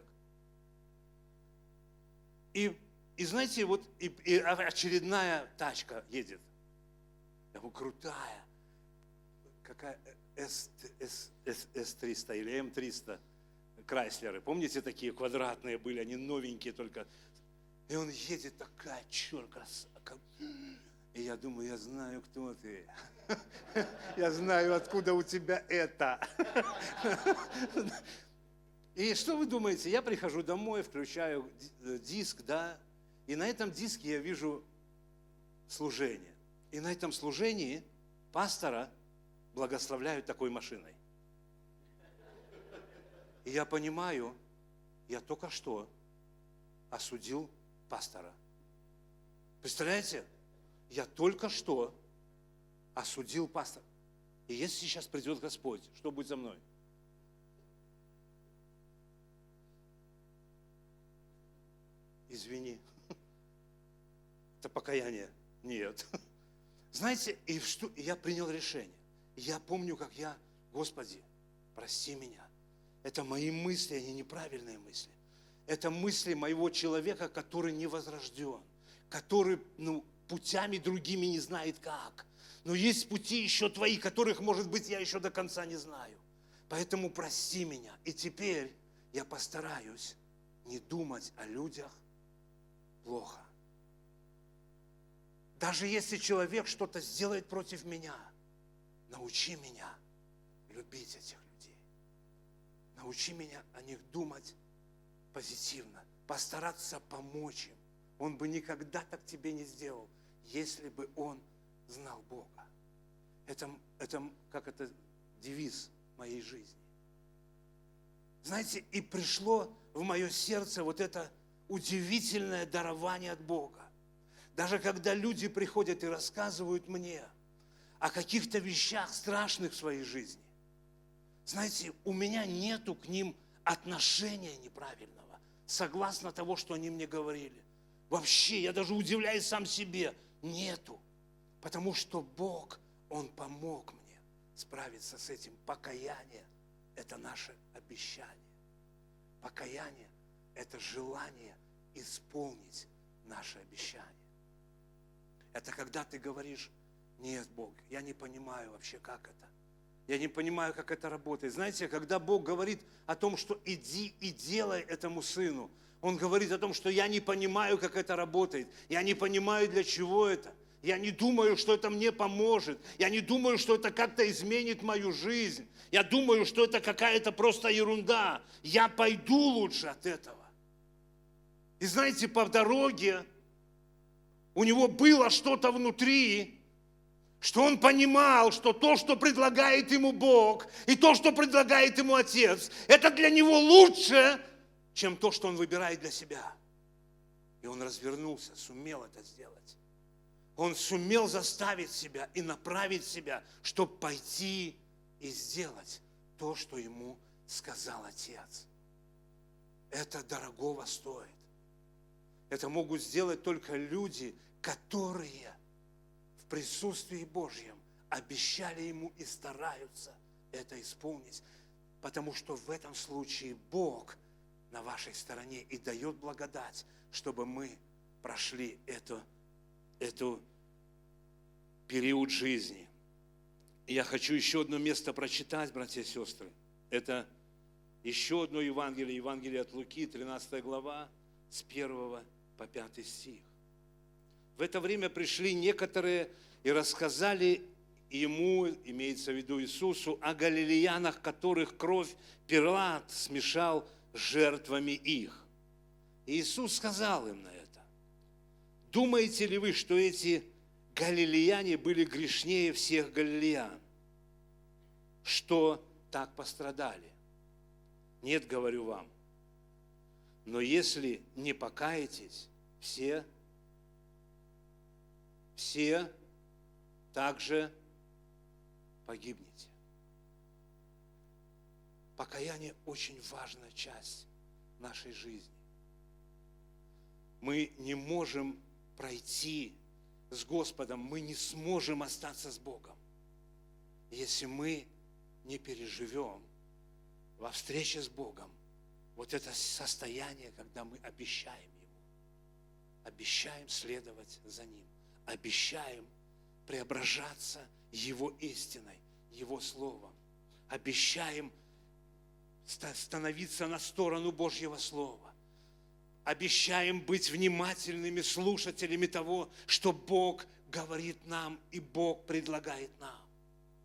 И, и знаете, вот и, и очередная тачка едет. Я говорю: крутая. Какая эс триста или эм триста Крайслеры. Помните, такие квадратные были, они новенькие только. И он едет, такая черка. И я думаю: я знаю, кто ты. Я знаю, откуда у тебя это. И что вы думаете? Я прихожу домой, включаю диск, да, и на этом диске я вижу служение. И на этом служении пастора благословляют такой машиной. И я понимаю, я только что осудил пастора. Представляете? Я только что осудил пастора. И если сейчас придет Господь, что будет со мной? Извини. Это покаяние? Нет. Знаете, и что, и я принял решение. Я помню, как я, Господи, прости меня. Это мои мысли, они неправильные мысли. Это мысли моего человека, который не возрожден, который, ну, путями другими не знает как. Но есть пути еще твои, которых, может быть, я еще до конца не знаю. Поэтому прости меня. И теперь я постараюсь не думать о людях плохо. Даже если человек что-то сделает против меня, научи меня любить этих людей. Научи меня о них думать позитивно, постараться помочь им. Он бы никогда так тебе не сделал, если бы он знал Бога. Это, это как это девиз моей жизни. Знаете, и пришло в мое сердце вот это удивительное дарование от Бога. Даже когда люди приходят и рассказывают мне о каких-то вещах страшных в своей жизни, знаете, у меня нету к ним отношения неправильного, согласно того, что они мне говорили. Вообще, я даже удивляюсь сам себе, нету. Потому что Бог, Он помог мне справиться с этим. Покаяние – это наше обещание. Покаяние – это желание исполнить наше обещание. Это когда ты говоришь: нет, Бог, я не понимаю вообще, как это. Я не понимаю, как это работает. Знаете, когда Бог говорит о том, что иди и делай этому сыну, Он говорит о том, что я не понимаю, как это работает. Я не понимаю, для чего это. Я не думаю, что это мне поможет. Я не думаю, что это как-то изменит мою жизнь. Я думаю, что это какая-то просто ерунда. Я пойду лучше от этого. И знаете, по дороге у него было что-то внутри, что он понимал, что то, что предлагает ему Бог, и то, что предлагает ему Отец, это для него лучше, чем то, что он выбирает для себя. И он развернулся, сумел это сделать. Он сумел заставить себя и направить себя, чтобы пойти и сделать то, что ему сказал Отец. Это дорогого стоит. Это могут сделать только люди, которые в присутствии Божьем обещали ему и стараются это исполнить. Потому что в этом случае Бог на вашей стороне и дает благодать, чтобы мы прошли эту, эту период жизни. И я хочу еще одно место прочитать, братья и сестры. Это еще одно Евангелие, Евангелие от Луки, тринадцатая глава, с первого по пятый стих. В это время пришли некоторые и рассказали ему, имеется в виду Иисусу, о галилеянах, которых кровь Пилат смешал с жертвами их. И Иисус сказал им на это: думаете ли вы, что эти галилеяне были грешнее всех галилеян, что так пострадали? Нет, говорю вам. Но если не покаетесь, все, все также погибнете. Покаяние очень важная часть нашей жизни. Мы не можем пройти с Господом, мы не сможем остаться с Богом, если мы не переживем во встрече с Богом вот это состояние, когда мы обещаем Ему, обещаем следовать за Ним, обещаем преображаться Его истиной, Его Словом, обещаем становиться на сторону Божьего Слова, обещаем быть внимательными слушателями того, что Бог говорит нам и Бог предлагает нам.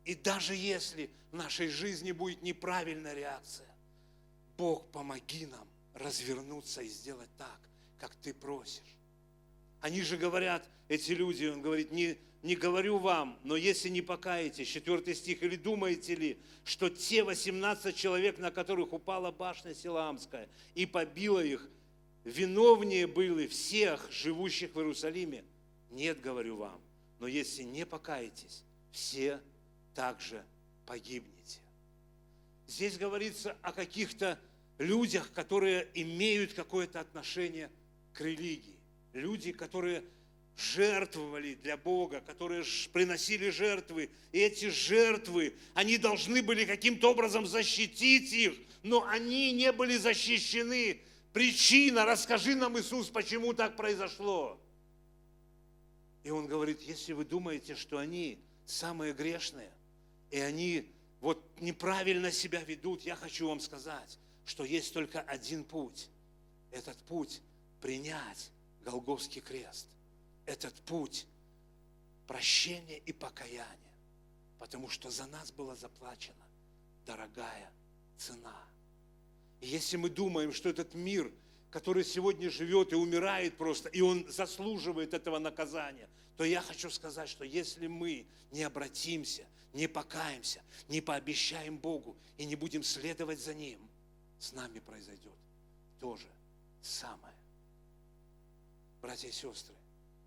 И даже если в нашей жизни будет неправильная реакция, Бог, помоги нам развернуться и сделать так, как Ты просишь. Они же говорят, эти люди, он говорит, не, не говорю вам, но если не покаетесь, четвертый стих, или думаете ли, что те восемнадцать человек, на которых упала башня Силаамская и побила их, виновнее были всех живущих в Иерусалиме? Нет, говорю вам, но если не покаетесь, все также погибнете. Здесь говорится о каких-то людях, которые имеют какое-то отношение к религии. Люди, которые жертвовали для Бога, которые приносили жертвы. И эти жертвы, они должны были каким-то образом защитить их, но они не были защищены. Причина, расскажи нам, Иисус, почему так произошло. И Он говорит, если вы думаете, что они самые грешные, и они вот неправильно себя ведут, я хочу вам сказать, что есть только один путь. Этот путь принять Голгофский крест. Этот путь прощения и покаяния. Потому что за нас была заплачена дорогая цена. И если мы думаем, что этот мир, который сегодня живет и умирает просто, и он заслуживает этого наказания, то я хочу сказать, что если мы не обратимся, не покаемся, не пообещаем Богу и не будем следовать за Ним, с нами произойдет то же самое. Братья и сестры,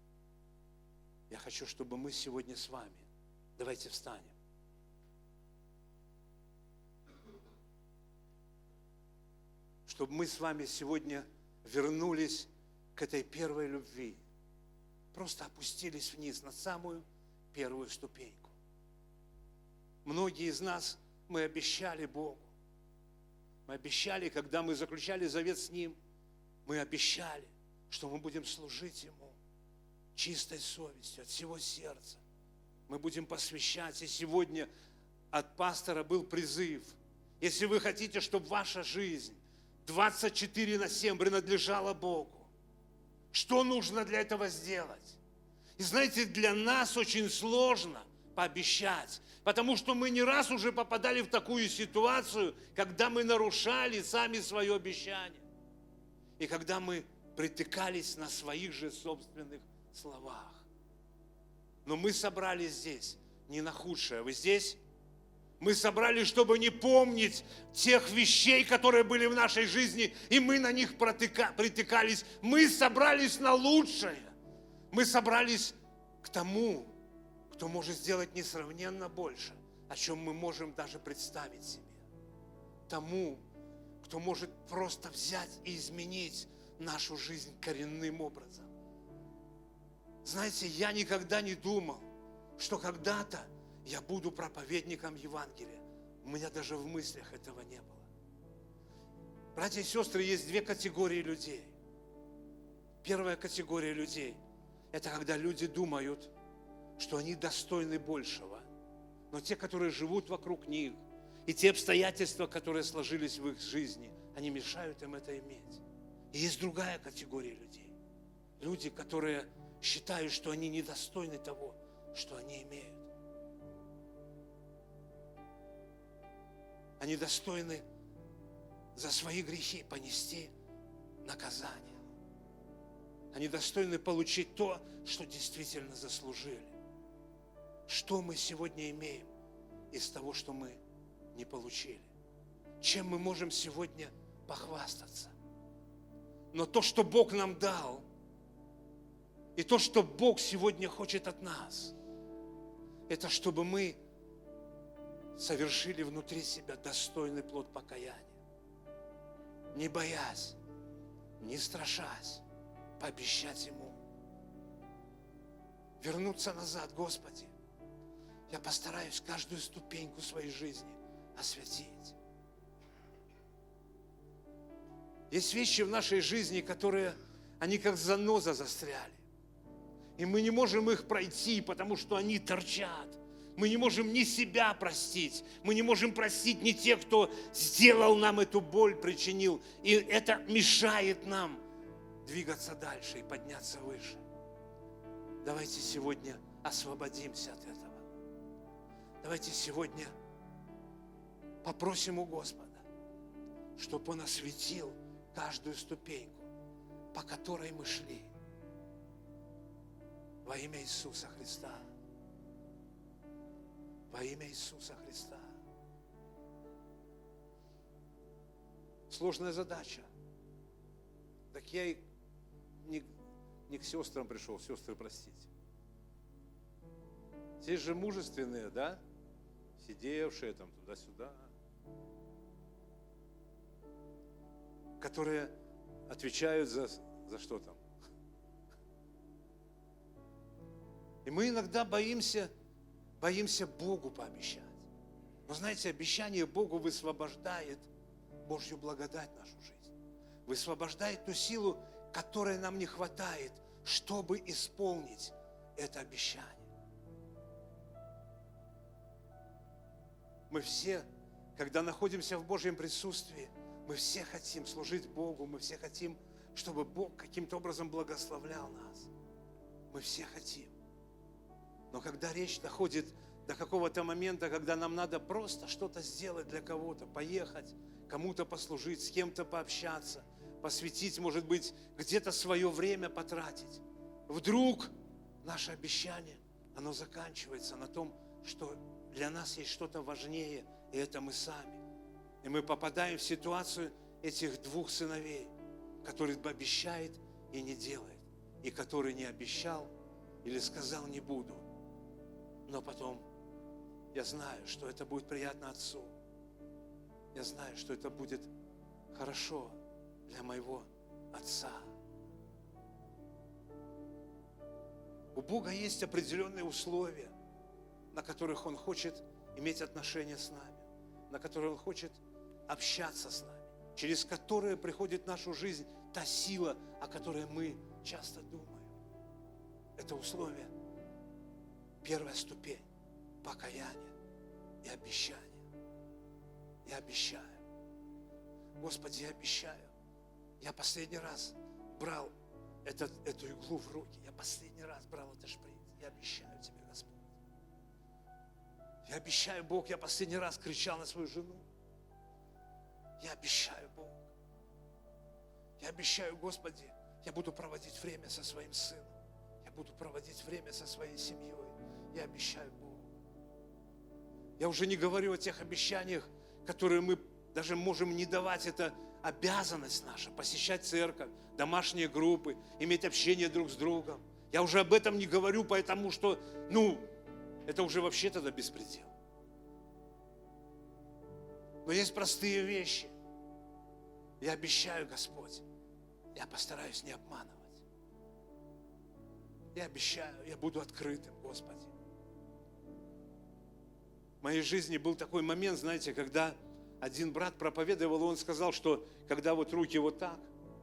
я хочу, чтобы мы сегодня с вами, давайте встанем. Чтобы мы с вами сегодня вернулись к этой первой любви. Просто опустились вниз на самую первую ступеньку. Многие из нас, мы обещали Богу. Мы обещали, когда мы заключали завет с Ним, мы обещали, что мы будем служить Ему чистой совестью, от всего сердца. Мы будем посвящать. И сегодня от пастора был призыв. Если вы хотите, чтобы ваша жизнь двадцать четыре на семь принадлежала Богу, что нужно для этого сделать? И знаете, для нас очень сложно пообещать, потому что мы не раз уже попадали в такую ситуацию, когда мы нарушали сами свое обещание. И когда мы притыкались на своих же собственных словах. Но мы собрались здесь не на худшее. Вы здесь? Мы собрались, чтобы не помнить тех вещей, которые были в нашей жизни, и мы на них протыка, притыкались. Мы собрались на лучшее. Мы собрались к тому, кто может сделать несравненно больше, о чем мы можем даже представить себе. Тому, кто может просто взять и изменить нашу жизнь коренным образом. Знаете, я никогда не думал, что когда-то я буду проповедником Евангелия. У меня даже в мыслях этого не было. Братья и сестры, есть две категории людей. Первая категория людей – это когда люди думают, что они достойны большего. Но те, которые живут вокруг них, и те обстоятельства, которые сложились в их жизни, они мешают им это иметь. И есть другая категория людей. Люди, которые считают, что они недостойны того, что они имеют. Они достойны за свои грехи понести наказание. Они достойны получить то, что действительно заслужили. Что мы сегодня имеем из того, что мы не получили? Чем мы можем сегодня похвастаться? Но то, что Бог нам дал, и то, что Бог сегодня хочет от нас, это чтобы мы совершили внутри себя достойный плод покаяния. Не боясь, не страшась, пообещать Ему. Вернуться назад, Господи. Я постараюсь каждую ступеньку своей жизни осветить. Есть вещи в нашей жизни, которые, они как заноза застряли. И мы не можем их пройти, потому что они торчат. Мы не можем ни себя простить. Мы не можем простить ни тех, кто сделал нам эту боль, причинил. И это мешает нам двигаться дальше и подняться выше. Давайте сегодня освободимся от этого. Давайте сегодня попросим у Господа, чтобы Он осветил каждую ступеньку, по которой мы шли. Во имя Иисуса Христа. Во имя Иисуса Христа. Сложная задача. Так я и не, не к сестрам пришел, сестры, простите. Здесь же мужественные, да? Сидевшие там туда-сюда. Которые отвечают за, за что там. И мы иногда боимся, боимся Богу пообещать. Но знаете, обещание Богу высвобождает Божью благодать в нашу жизнь. Высвобождает ту силу, которой нам не хватает, чтобы исполнить это обещание. Мы все, когда находимся в Божьем присутствии, мы все хотим служить Богу, мы все хотим, чтобы Бог каким-то образом благословлял нас. Мы все хотим. Но когда речь доходит до какого-то момента, когда нам надо просто что-то сделать для кого-то, поехать, кому-то послужить, с кем-то пообщаться, посвятить, может быть, где-то свое время потратить, вдруг наше обещание, оно заканчивается на том, что для нас есть что-то важнее, и это мы сами. И мы попадаем в ситуацию этих двух сыновей, который обещает и не делает, и который не обещал или сказал «не буду». Но потом я знаю, что это будет приятно Отцу. Я знаю, что это будет хорошо для моего Отца. У Бога есть определенные условия, на которых Он хочет иметь отношения с нами, на которых Он хочет общаться с нами, через которые приходит в нашу жизнь та сила, о которой мы часто думаем. Это условие. Первая ступень – покаяние и обещание. Я обещаю. Господи, я обещаю. Я последний раз брал этот, эту иглу в руки. Я последний раз брал этот шприц. Я обещаю Тебе, Господь. Я обещаю, Бог, я последний раз кричал на свою жену. Я обещаю, Бог. Я обещаю, Господи, я буду проводить время со своим сыном. Я буду проводить время со своей семьей. Я обещаю Богу. Я уже не говорю о тех обещаниях, которые мы даже можем не давать. Это обязанность наша, посещать церковь, домашние группы, иметь общение друг с другом. Я уже об этом не говорю, потому что, ну, это уже вообще тогда беспредел. Но есть простые вещи. Я обещаю, Господь, я постараюсь не обманывать. Я обещаю, я буду открытым, Господи. В моей жизни был такой момент, знаете, когда один брат проповедовал, и он сказал, что когда вот руки вот так,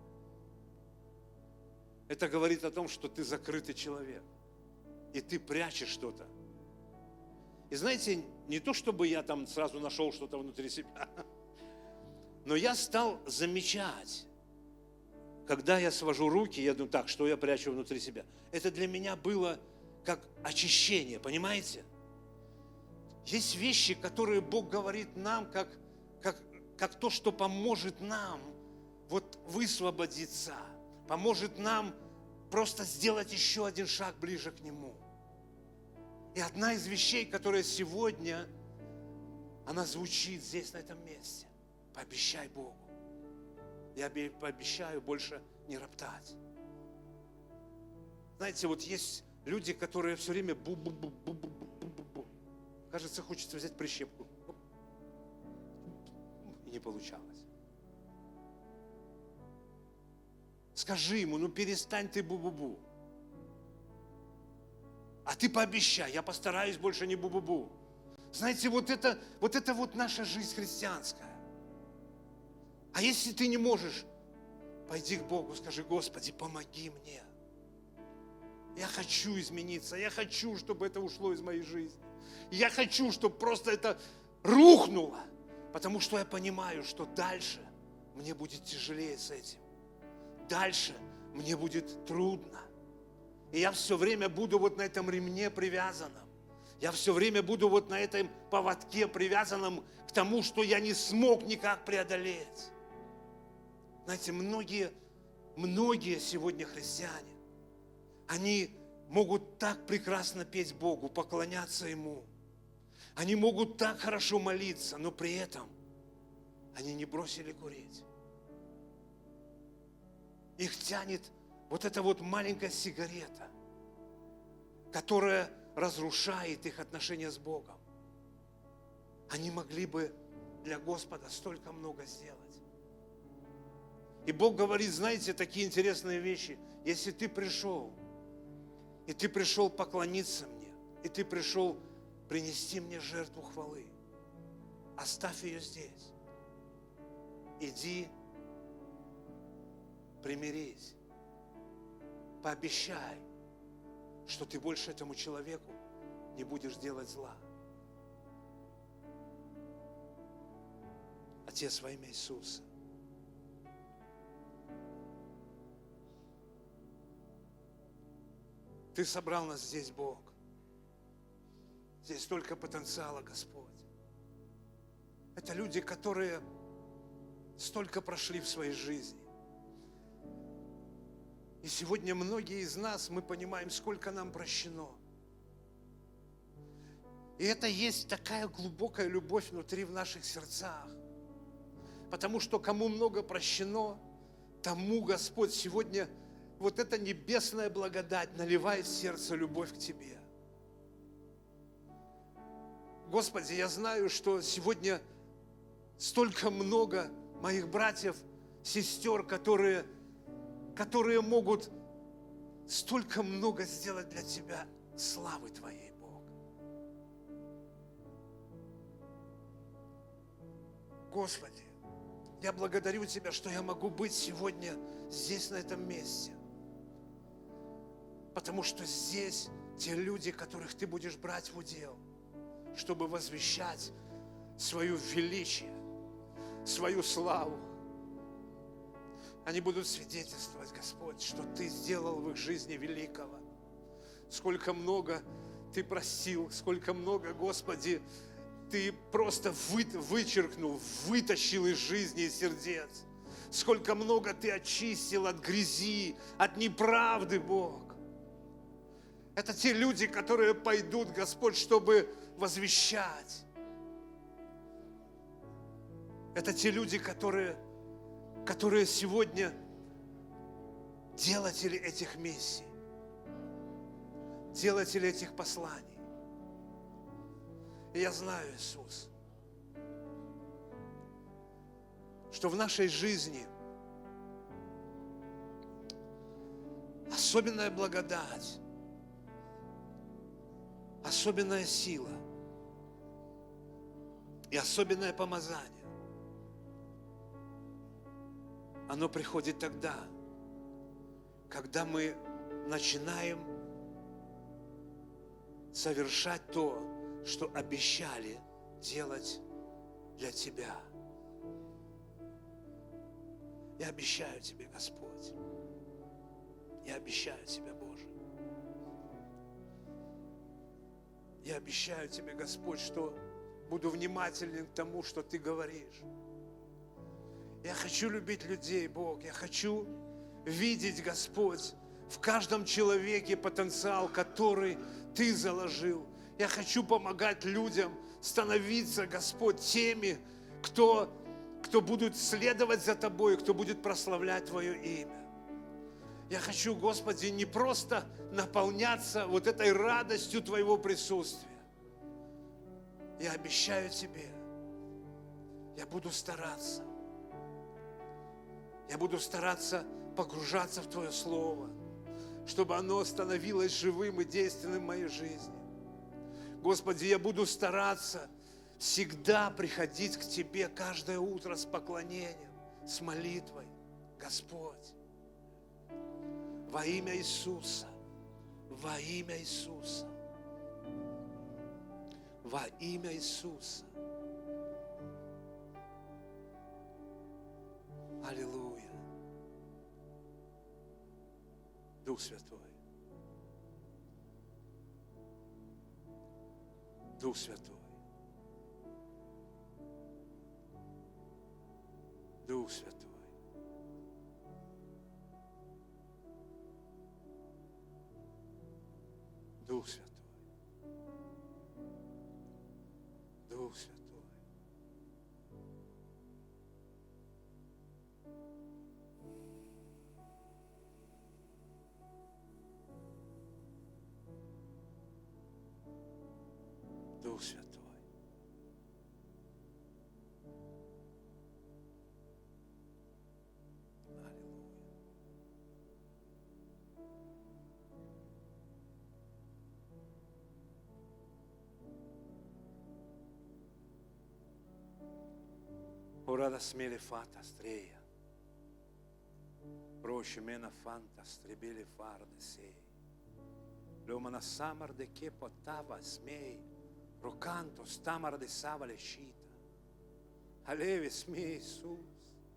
это говорит о том, что ты закрытый человек, и ты прячешь что-то. И знаете, не то, чтобы я там сразу нашел что-то внутри себя, но я стал замечать, когда я свожу руки, я думаю, так, что я прячу внутри себя. Это для меня было как очищение, понимаете? Есть вещи, которые Бог говорит нам, как, как, как то, что поможет нам вот высвободиться, поможет нам просто сделать еще один шаг ближе к Нему. И одна из вещей, которая сегодня, она звучит здесь, на этом месте. Пообещай Богу. Я пообещаю больше не роптать. Знаете, вот есть люди, которые все время бу-бу-бу-бу-бу-бу-бу. Кажется, хочется взять прищепку. И не получалось. Скажи ему, ну перестань ты бу-бу-бу. А ты пообещай, я постараюсь больше не бу-бу-бу. Знаете, вот это, вот это вот наша жизнь христианская. А если ты не можешь, пойди к Богу, скажи, Господи, помоги мне. Я хочу измениться, я хочу, чтобы это ушло из моей жизни. Я хочу, чтобы просто это рухнуло, потому что я понимаю, что дальше мне будет тяжелее с этим. Дальше мне будет трудно. И я все время буду вот на этом ремне привязанном. Я все время буду вот на этом поводке, привязанном к тому, что я не смог никак преодолеть. Знаете, многие, многие сегодня христиане, они могут так прекрасно петь Богу, поклоняться Ему. Они могут так хорошо молиться, но при этом они не бросили курить. Их тянет вот эта вот маленькая сигарета, которая разрушает их отношения с Богом. Они могли бы для Господа столько много сделать. И Бог говорит, знаете, такие интересные вещи. Если ты пришел, и ты пришел поклониться мне, и ты пришел принести мне жертву хвалы, оставь ее здесь. Иди, примирись, пообещай, что ты больше этому человеку не будешь делать зла. Отец, во имя Иисуса, Ты собрал нас здесь, Бог. Здесь столько потенциала, Господь. Это люди, которые столько прошли в своей жизни. И сегодня многие из нас, мы понимаем, сколько нам прощено. И это есть такая глубокая любовь внутри в наших сердцах. Потому что кому много прощено, тому Господь сегодня вот эта небесная благодать наливает в сердце любовь к Тебе. Господи, я знаю, что сегодня столько много моих братьев, сестер, которые, которые могут столько много сделать для Тебя, славы Твоей, Бог. Господи, я благодарю Тебя, что я могу быть сегодня здесь, на этом месте. Потому что здесь те люди, которых Ты будешь брать в удел, чтобы возвещать свое величие, свою славу. Они будут свидетельствовать, Господь, что Ты сделал в их жизни великого. Сколько много Ты простил, сколько много, Господи, Ты просто вы, вычеркнул, вытащил из жизни и сердец. Сколько много Ты очистил от грязи, от неправды, Бог. Это те люди, которые пойдут, Господь, чтобы возвещать. Это те люди, которые, которые сегодня делатели этих миссий, делатели этих посланий. И я знаю, Иисус, что в нашей жизни особенная благодать, особенная сила и особенное помазание, оно приходит тогда, когда мы начинаем совершать то, что обещали делать для Тебя. Я обещаю Тебе, Господь. Я обещаю Тебе, Боже. Я обещаю Тебе, Господь, что буду внимателен к тому, что Ты говоришь. Я хочу любить людей, Бог. Я хочу видеть, Господь, в каждом человеке потенциал, который Ты заложил. Я хочу помогать людям становиться, Господь, теми, кто, кто будут следовать за Тобой, кто будет прославлять Твое имя. Я хочу, Господи, не просто наполняться вот этой радостью Твоего присутствия. Я обещаю Тебе, я буду стараться. Я буду стараться погружаться в Твое Слово, чтобы оно становилось живым и действенным в моей жизни. Господи, я буду стараться всегда приходить к Тебе каждое утро с поклонением, с молитвой. Господь, во имя Иисуса, во имя Иисуса, во имя Иисуса. Аллилуйя. Дух Святой, Дух Святой. Дух Святой. Дух Святой. Дух Святой. Дух Святой. Аллилуйя. Ora smele fata streia. Proche mena fanta strebele farde sei. Ломана самар де ке потава смей. Роканто стамар де сава лешита. Алеве смей Иисус.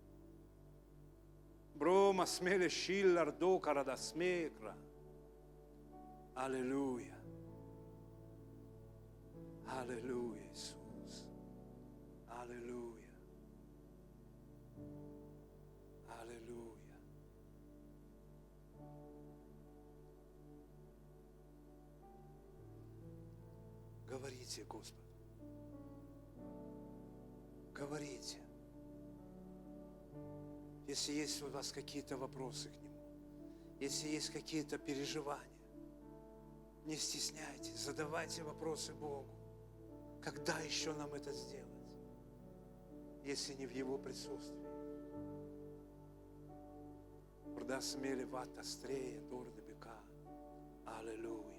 Брома смеле шиллар докара да смекра. Аллилуйя. Аллилуйя, Иисус. Аллилуйя. Аллилуйя. Говорите, Господу. Говорите. Если есть у вас какие-то вопросы к Нему, если есть какие-то переживания, не стесняйтесь, задавайте вопросы Богу. Когда еще нам это сделать, если не в Его присутствии? Продасмели вата стрея, дорда бека. Аллилуйя.